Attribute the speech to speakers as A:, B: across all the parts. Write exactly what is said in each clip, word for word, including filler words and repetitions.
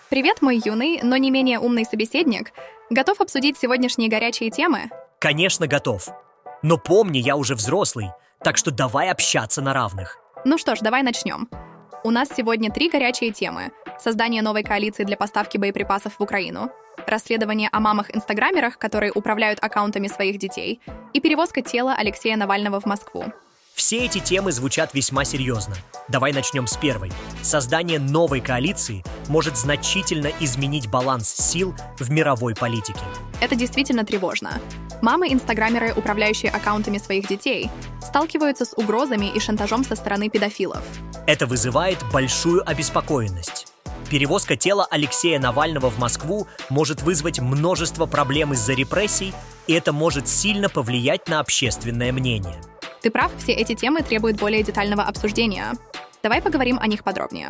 A: Привет, мой юный, но не менее умный собеседник. Готов обсудить сегодняшние горячие темы?
B: Конечно, готов. Но помни, я уже взрослый, так что давай общаться на равных.
A: Ну что ж, давай начнем. У нас сегодня три горячие темы. Создание новой коалиции для поставки боеприпасов в Украину, расследование о мамах-инстаграмерах, которые управляют аккаунтами своих детей, и перевозка тела Алексея Навального в Москву.
B: Все эти темы звучат весьма серьезно. Давай начнем с первой. Создание новой коалиции может значительно изменить баланс сил в мировой политике.
A: Это действительно тревожно. Мамы-инстаграмеры, управляющие аккаунтами своих детей, сталкиваются с угрозами и шантажом со стороны педофилов.
B: Это вызывает большую обеспокоенность. Перевозка тела Алексея Навального в Москву может вызвать множество проблем из-за репрессий, и это может сильно повлиять на общественное мнение.
A: Ты прав, все эти темы требуют более детального обсуждения. Давай поговорим о них подробнее.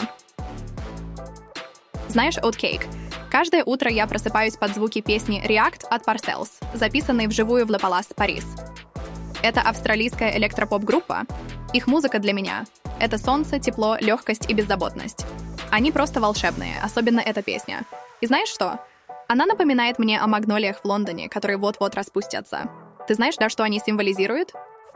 A: Знаешь Oatcake? Каждое утро я просыпаюсь под звуки песни React от Parcells, записанной вживую в Le Palace, Париж. Это австралийская электропоп-группа. Их музыка для меня — это солнце, тепло, легкость и беззаботность. Они просто волшебные, особенно эта песня. И знаешь что? Она напоминает мне о магнолиях в Лондоне, которые вот-вот распустятся. Ты знаешь, да, что они символизируют?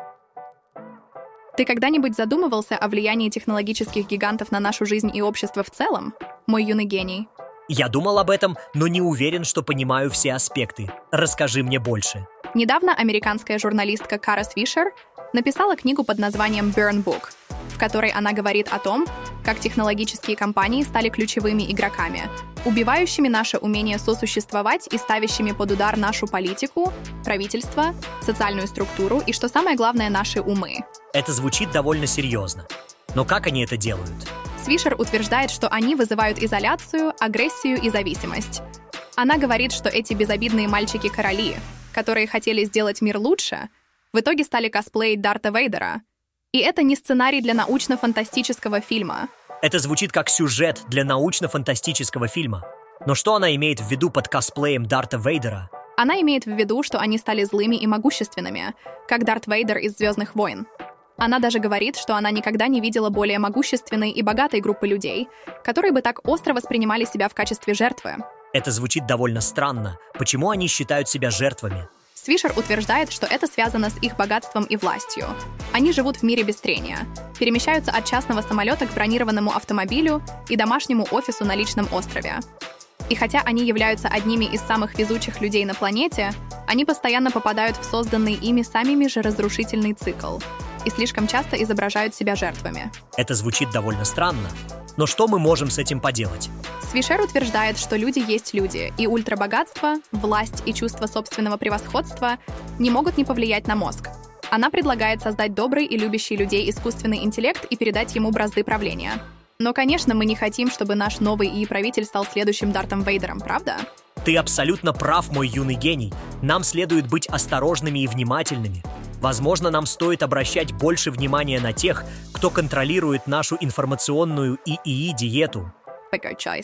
A: Ты когда-нибудь задумывался о влиянии технологических гигантов на нашу жизнь и общество в целом, мой юный гений?
B: Я думал об этом, но не уверен, что понимаю все аспекты. Расскажи мне больше.
A: Недавно американская журналистка Кара Свишер написала книгу под названием Burn Book, в которой она говорит о том, как технологические компании стали ключевыми игроками, убивающими наше умение сосуществовать и ставящими под удар нашу политику, правительство, социальную структуру и, что самое главное, наши умы.
B: Это звучит довольно серьезно. Но как они это делают?
A: Свишер утверждает, что они вызывают изоляцию, агрессию и зависимость. Она говорит, что эти безобидные мальчики-короли, которые хотели сделать мир лучше, в итоге стали косплеить Дарта Вейдера. И это не сценарий для научно-фантастического фильма.
B: Это звучит как сюжет для научно-фантастического фильма. Но что она имеет в виду под косплеем Дарта Вейдера?
A: Она имеет в виду, что они стали злыми и могущественными, как Дарт Вейдер из «Звездных войн». Она даже говорит, что она никогда не видела более могущественной и богатой группы людей, которые бы так остро воспринимали себя в качестве жертвы.
B: Это звучит довольно странно. Почему они считают себя жертвами?
A: Свишер утверждает, что это связано с их богатством и властью. Они живут в мире без трения, перемещаются от частного самолета к бронированному автомобилю и домашнему офису на личном острове. И хотя они являются одними из самых везучих людей на планете, они постоянно попадают в созданный ими самими же разрушительный цикл и слишком часто изображают себя жертвами.
B: Это звучит довольно странно. Но что мы можем с этим поделать?
A: Свишер утверждает, что люди есть люди, и ультрабогатство, власть и чувство собственного превосходства не могут не повлиять на мозг. Она предлагает создать добрый и любящий людей искусственный интеллект и передать ему бразды правления. Но, конечно, мы не хотим, чтобы наш новый и правитель стал следующим Дартом Вейдером, правда?
B: Ты абсолютно прав, мой юный гений. Нам следует быть осторожными и внимательными. Возможно, нам стоит обращать больше внимания на тех, кто контролирует нашу информационную и ИИ-диету.
A: Pick your choice.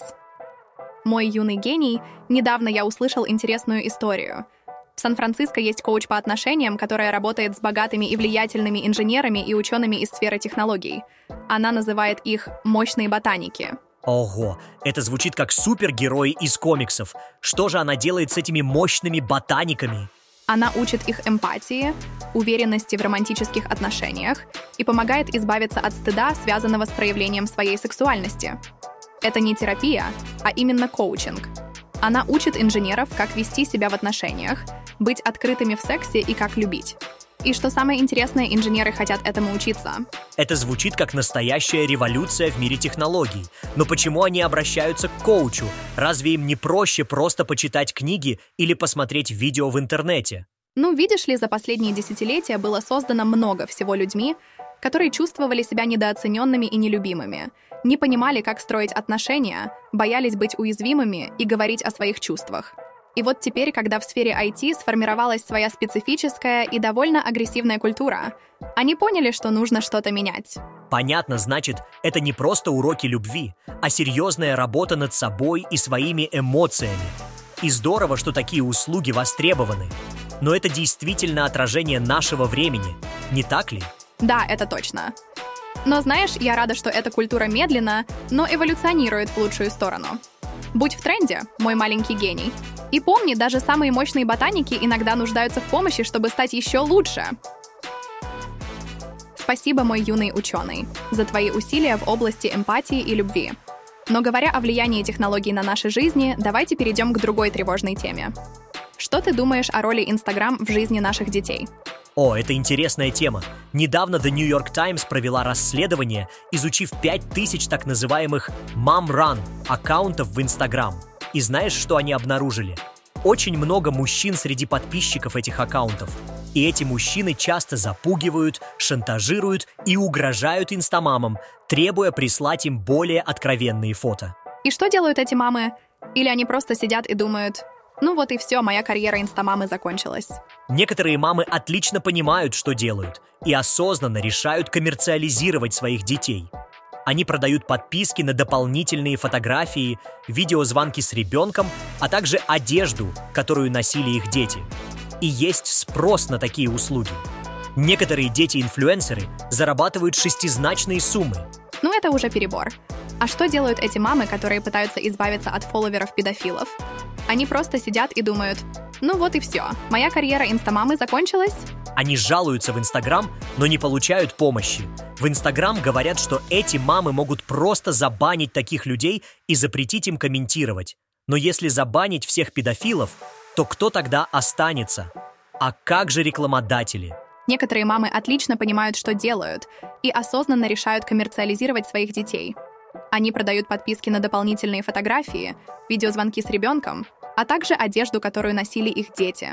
A: Мой юный гений, недавно я услышал интересную историю. В Сан-Франциско есть коуч по отношениям, которая работает с богатыми и влиятельными инженерами и учеными из сферы технологий. Она называет их «мощные ботаники».
B: Ого, это звучит как супергерои из комиксов. Что же она делает с этими мощными ботаниками?
A: Она учит их эмпатии, уверенности в романтических отношениях и помогает избавиться от стыда, связанного с проявлением своей сексуальности. Это не терапия, а именно коучинг. Она учит инженеров, как вести себя в отношениях, быть открытыми в сексе и как любить. И что самое интересное, инженеры хотят этому учиться.
B: Это звучит как настоящая революция в мире технологий. Но почему они обращаются к коучу? Разве им не проще просто почитать книги или посмотреть видео в интернете?
A: Ну, видишь ли, за последние десятилетия было создано много всего людьми, которые чувствовали себя недооцененными и нелюбимыми, не понимали, как строить отношения, боялись быть уязвимыми и говорить о своих чувствах. И вот теперь, когда в сфере ай ти сформировалась своя специфическая и довольно агрессивная культура, они поняли, что нужно что-то менять.
B: Понятно, значит, это не просто уроки любви, а серьезная работа над собой и своими эмоциями. И здорово, что такие услуги востребованы. Но это действительно отражение нашего времени, не так ли?
A: Да, это точно. Но знаешь, я рада, что эта культура медленно, но эволюционирует в лучшую сторону. Будь в тренде, мой маленький гений. И помни, даже самые мощные ботаники иногда нуждаются в помощи, чтобы стать еще лучше. Спасибо, мой юный ученый, за твои усилия в области эмпатии и любви. Но говоря о влиянии технологий на наши жизни, давайте перейдем к другой тревожной теме. Что ты думаешь о роли Инстаграм в жизни наших детей?
B: О, это интересная тема. Недавно The New York Times провела расследование, изучив пять тысяч так называемых «Mom Run» аккаунтов в Instagram. И знаешь, что они обнаружили? Очень много мужчин среди подписчиков этих аккаунтов. И эти мужчины часто запугивают, шантажируют и угрожают инстамамам, требуя прислать им более откровенные фото.
A: И что делают эти мамы? Или они просто сидят и думают: ну вот и все, моя карьера инстамамы закончилась.
B: Некоторые мамы отлично понимают, что делают, и осознанно решают коммерциализировать своих детей. Они продают подписки на дополнительные фотографии, видеозвонки с ребенком, а также одежду, которую носили их дети. И есть спрос на такие услуги. Некоторые дети-инфлюенсеры зарабатывают шестизначные суммы.
A: Ну это уже перебор. А что делают эти мамы, которые пытаются избавиться от фолловеров-педофилов? Они просто сидят и думают: ну вот и все, моя карьера инстамамы закончилась.
B: Они жалуются в Инстаграм, но не получают помощи. В Инстаграм говорят, что эти мамы могут просто забанить таких людей и запретить им комментировать. Но если забанить всех педофилов, то кто тогда останется? А как же рекламодатели?
A: Некоторые мамы отлично понимают, что делают, и осознанно решают коммерциализировать своих детей. Они продают подписки на дополнительные фотографии, видеозвонки с ребенком, а также одежду, которую носили их дети.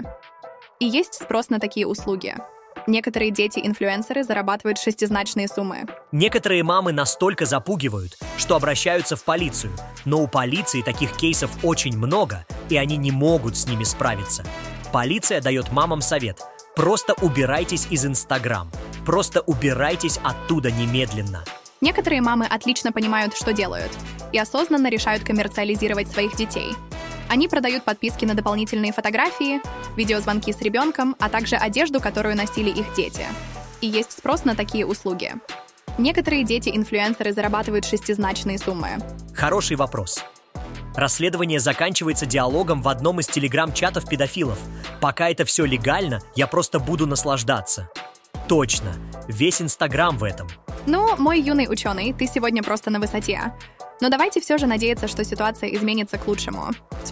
A: И есть спрос на такие услуги. Некоторые дети-инфлюенсеры зарабатывают шестизначные суммы.
B: Некоторые мамы настолько запугивают, что обращаются в полицию, но у полиции таких кейсов очень много, и они не могут с ними справиться. Полиция дает мамам совет: просто убирайтесь из Инстаграм, просто убирайтесь оттуда немедленно.
A: Некоторые мамы отлично понимают, что делают, и осознанно решают коммерциализировать своих детей. Они продают подписки на дополнительные фотографии, видеозвонки с ребенком, а также одежду, которую носили их дети. И есть спрос на такие услуги. Некоторые дети-инфлюенсеры зарабатывают шестизначные суммы.
B: Хороший вопрос. Расследование заканчивается диалогом в одном из телеграм-чатов педофилов. Пока это все легально, я просто буду наслаждаться. Точно, весь Инстаграм в этом.
A: Ну, мой юный ученый, ты сегодня просто на высоте. Но давайте все же надеяться, что ситуация изменится к лучшему.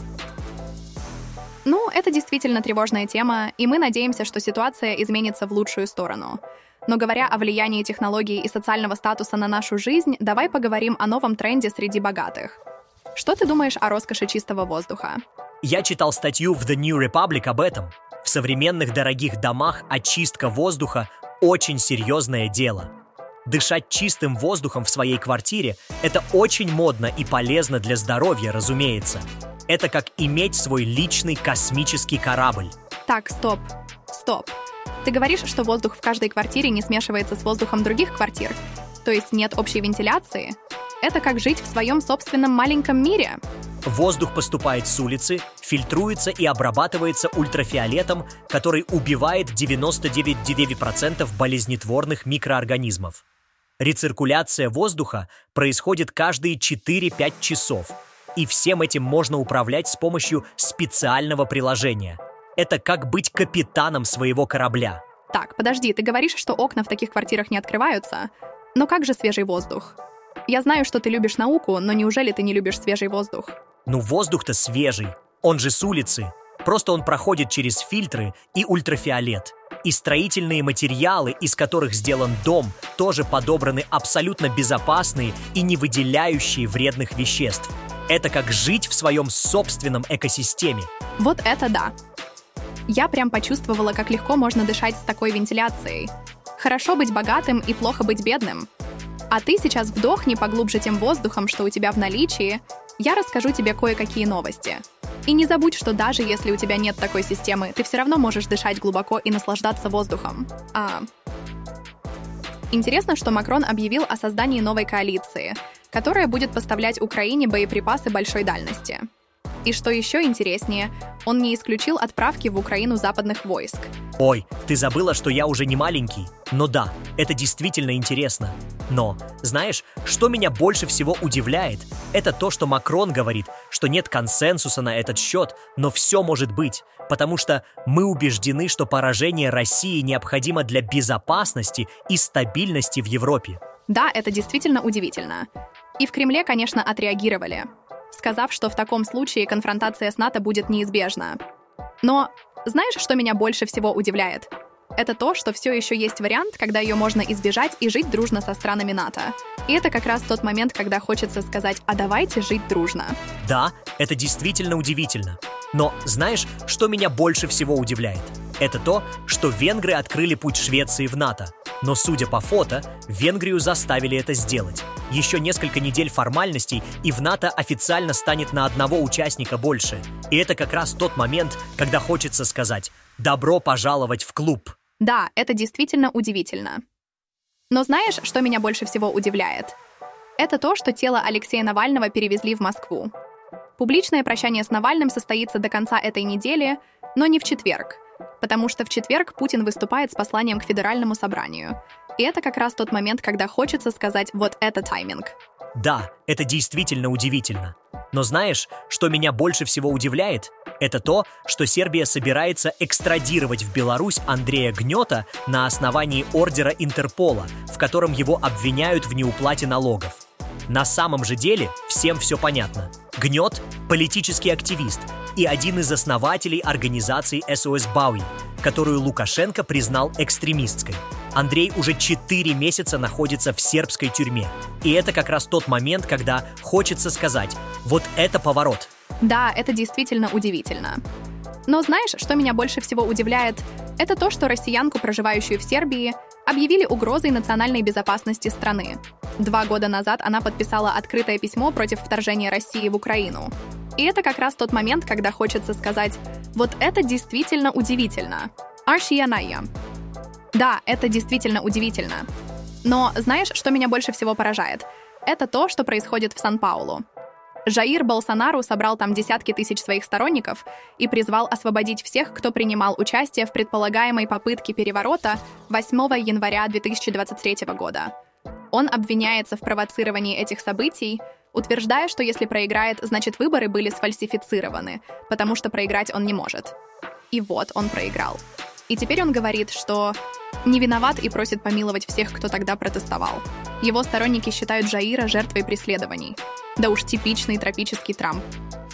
A: Ну, это действительно тревожная тема, и мы надеемся, что ситуация изменится в лучшую сторону. Но говоря о влиянии технологий и социального статуса на нашу жизнь, давай поговорим о новом тренде среди богатых. Что ты думаешь о роскоши чистого воздуха?
B: Я читал статью в The New Republic об этом. В современных дорогих домах очистка воздуха – очень серьезное дело. Дышать чистым воздухом в своей квартире – это очень модно и полезно для здоровья, разумеется. Это как иметь свой личный космический корабль.
A: Так, стоп, стоп. Ты говоришь, что воздух в каждой квартире не смешивается с воздухом других квартир? То есть нет общей вентиляции? Это как жить в своем собственном маленьком мире?
B: Воздух поступает с улицы, фильтруется и обрабатывается ультрафиолетом, который убивает девяносто девять целых девять десятых процента болезнетворных микроорганизмов. Рециркуляция воздуха происходит каждые четыре-пять часов, и всем этим можно управлять с помощью специального приложения. Это как быть капитаном своего корабля.
A: Так, подожди, ты говоришь, что окна в таких квартирах не открываются? Но как же свежий воздух? Я знаю, что ты любишь науку, но неужели ты не любишь свежий воздух?
B: Ну, воздух-то свежий, он же с улицы. Просто он проходит через фильтры и ультрафиолет. И строительные материалы, из которых сделан дом, тоже подобраны абсолютно безопасные и не выделяющие вредных веществ. Это как жить в своем собственном экосистеме.
A: Вот это да. Я прям почувствовала, как легко можно дышать с такой вентиляцией. Хорошо быть богатым и плохо быть бедным. А ты сейчас вдохни поглубже тем воздухом, что у тебя в наличии. Я расскажу тебе кое-какие новости. И не забудь, что даже если у тебя нет такой системы, ты все равно можешь дышать глубоко и наслаждаться воздухом. А... Интересно, что Макрон объявил о создании новой коалиции, которая будет поставлять Украине боеприпасы большой дальности. И что еще интереснее, он не исключил отправки в Украину западных войск.
B: Ой, ты забыла, что я уже не маленький? Но да, это действительно интересно. Но, знаешь, что меня больше всего удивляет, это то, что Макрон говорит, что нет консенсуса на этот счет, но все может быть, потому что мы убеждены, что поражение России необходимо для безопасности и стабильности в Европе.
A: Да, это действительно удивительно. И в Кремле, конечно, отреагировали, сказав, что в таком случае конфронтация с НАТО будет неизбежна. Но знаешь, что меня больше всего удивляет? Это то, что все еще есть вариант, когда ее можно избежать и жить дружно со странами НАТО. И это как раз тот момент, когда хочется сказать: а давайте жить дружно.
B: Да, это действительно удивительно. Но знаешь, что меня больше всего удивляет? Это то, что венгры открыли путь Швеции в НАТО. Но, судя по фото, Венгрию заставили это сделать. Еще несколько недель формальностей, и в НАТО официально станет на одного участника больше. И это как раз тот момент, когда хочется сказать: добро пожаловать в клуб.
A: Да, это действительно удивительно. Но знаешь, что меня больше всего удивляет? Это то, что тело Алексея Навального перевезли в Москву. Публичное прощание с Навальным состоится до конца этой недели, но не в четверг, потому что в четверг Путин выступает с посланием к Федеральному собранию. И это как раз тот момент, когда хочется сказать: вот это тайминг.
B: Да, это действительно удивительно. Но знаешь, что меня больше всего удивляет? Это то, что Сербия собирается экстрадировать в Беларусь Андрея Гнета на основании ордера Интерпола, в котором его обвиняют в неуплате налогов. На самом же деле всем все понятно. Гнет – политический активист и один из основателей организации эс о эс Бауи, которую Лукашенко признал экстремистской. Андрей уже четыре месяца находится в сербской тюрьме. И это как раз тот момент, когда хочется сказать: вот это поворот.
A: Да, это действительно удивительно. Но знаешь, что меня больше всего удивляет? Это то, что россиянку, проживающую в Сербии, объявили угрозой национальной безопасности страны. Два года назад она подписала открытое письмо против вторжения России в Украину. И это как раз тот момент, когда хочется сказать: вот это действительно удивительно. Аршияная. Да, это действительно удивительно. Но знаешь, что меня больше всего поражает? Это то, что происходит в Сан-Паулу. Жаир Болсонару собрал там десятки тысяч своих сторонников и призвал освободить всех, кто принимал участие в предполагаемой попытке переворота восьмого января две тысячи двадцать третьего года. Он обвиняется в провоцировании этих событий, утверждая, что если проиграет, значит выборы были сфальсифицированы, потому что проиграть он не может. И вот он проиграл. И теперь он говорит, что не виноват и просит помиловать всех, кто тогда протестовал. Его сторонники считают Жаира жертвой преследований. Да уж типичный тропический Трамп.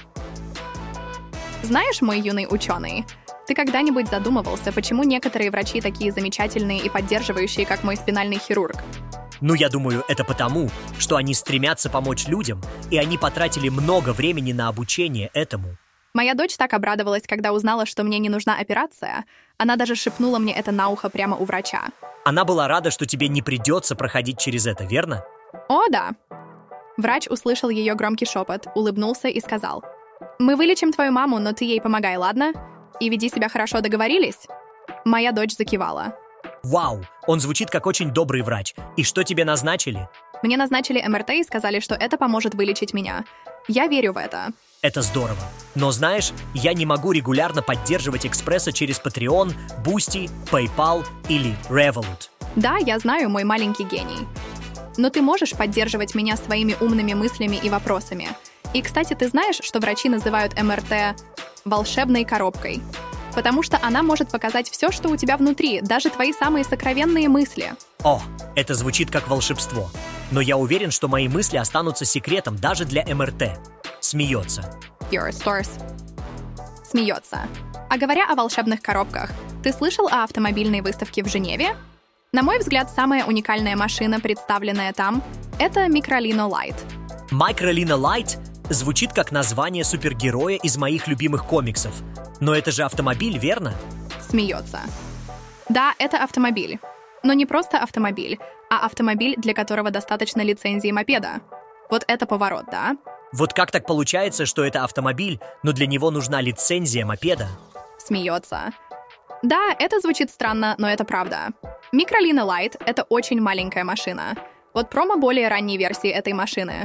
A: Знаешь, мой юный ученый, ты когда-нибудь задумывался, почему некоторые врачи такие замечательные и поддерживающие, как мой спинальный хирург?
B: Ну, я думаю, это потому, что они стремятся помочь людям, и они потратили много времени на обучение этому.
A: Моя дочь так обрадовалась, когда узнала, что мне не нужна операция. Она даже шепнула мне это на ухо прямо у врача.
B: Она была рада, что тебе не придется проходить через это, верно?
A: О, да. Врач услышал ее громкий шепот, улыбнулся и сказал: «Мы вылечим твою маму, но ты ей помогай, ладно? И веди себя хорошо, договорились?» Моя дочь закивала.
B: Вау, он звучит как очень добрый врач. И что тебе назначили?
A: Мне назначили эм эр тэ и сказали, что это поможет вылечить меня. Я верю в это.
B: Это здорово. Но знаешь, я не могу регулярно поддерживать Экспресса через Patreon, Boosty, PayPal или Revolut.
A: Да, я знаю, мой маленький гений. Но ты можешь поддерживать меня своими умными мыслями и вопросами. И, кстати, ты знаешь, что врачи называют эм эр тэ волшебной коробкой? Потому что она может показать все, что у тебя внутри, даже твои самые сокровенные мысли.
B: О, это звучит как волшебство. Но я уверен, что мои мысли останутся секретом даже для эм эр тэ. Смеется.
A: Your stores. Смеется. А говоря о волшебных коробках, ты слышал о автомобильной выставке в Женеве? На мой взгляд, самая уникальная машина, представленная там, это Microlino Light.
B: Microlino Light звучит как название супергероя из моих любимых комиксов. Но это же автомобиль, верно?
A: Смеется. Да, это автомобиль. Но не просто автомобиль, а автомобиль, для которого достаточно лицензии мопеда. Вот это поворот, да?
B: Вот как так получается, что это автомобиль, но для него нужна лицензия мопеда?
A: Смеется. Да, это звучит странно, но это правда. Microlino Light — это очень маленькая машина. Вот промо более ранней версии этой машины.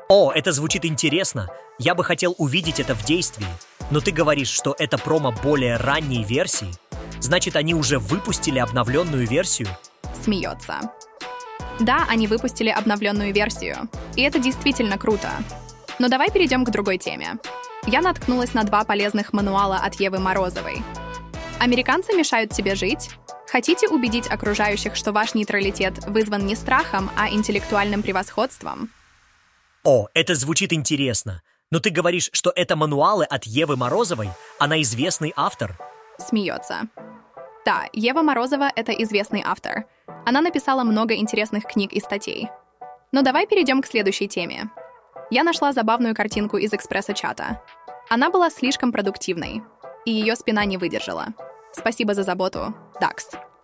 B: О, это звучит интересно. Я бы хотел увидеть это в действии. Но ты говоришь, что это промо более ранней версии? Значит, они уже выпустили обновленную версию?
A: Смеется. Да, они выпустили обновленную версию. И это действительно круто. Но давай перейдем к другой теме. Я наткнулась на два полезных мануала от Евы Морозовой. Американцы мешают тебе жить? Хотите убедить окружающих, что ваш нейтралитет вызван не страхом, а интеллектуальным превосходством?
B: О, это звучит интересно. Но ты говоришь, что это мануалы от Евы Морозовой? Она известный автор?
A: Смеется. Да, Ева Морозова — это известный автор. Она написала много интересных книг и статей. Но давай перейдем к следующей теме. Я нашла забавную картинку из экспресса-чата. Она была слишком продуктивной, и ее спина не выдержала. Спасибо за заботу, Дакс.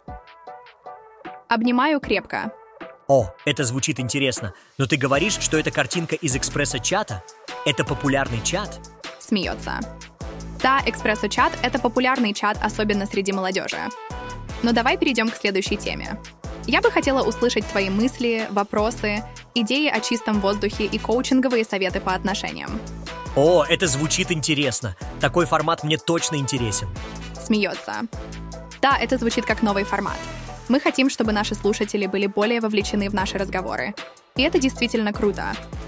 A: Обнимаю крепко.
B: О, это звучит интересно. Но ты говоришь, что это картинка из экспресса-чата? Это популярный чат?
A: Смеется. Да, экспресса-чат — это популярный чат, особенно среди молодежи. Но давай перейдем к следующей теме. Я бы хотела услышать твои мысли, вопросы, идеи о чистом воздухе и коучинговые советы по отношениям.
B: О, это звучит интересно. Такой формат мне точно интересен.
A: Смеется. Да, это звучит как новый формат. Мы хотим, чтобы наши слушатели были более вовлечены в наши разговоры. И это действительно круто.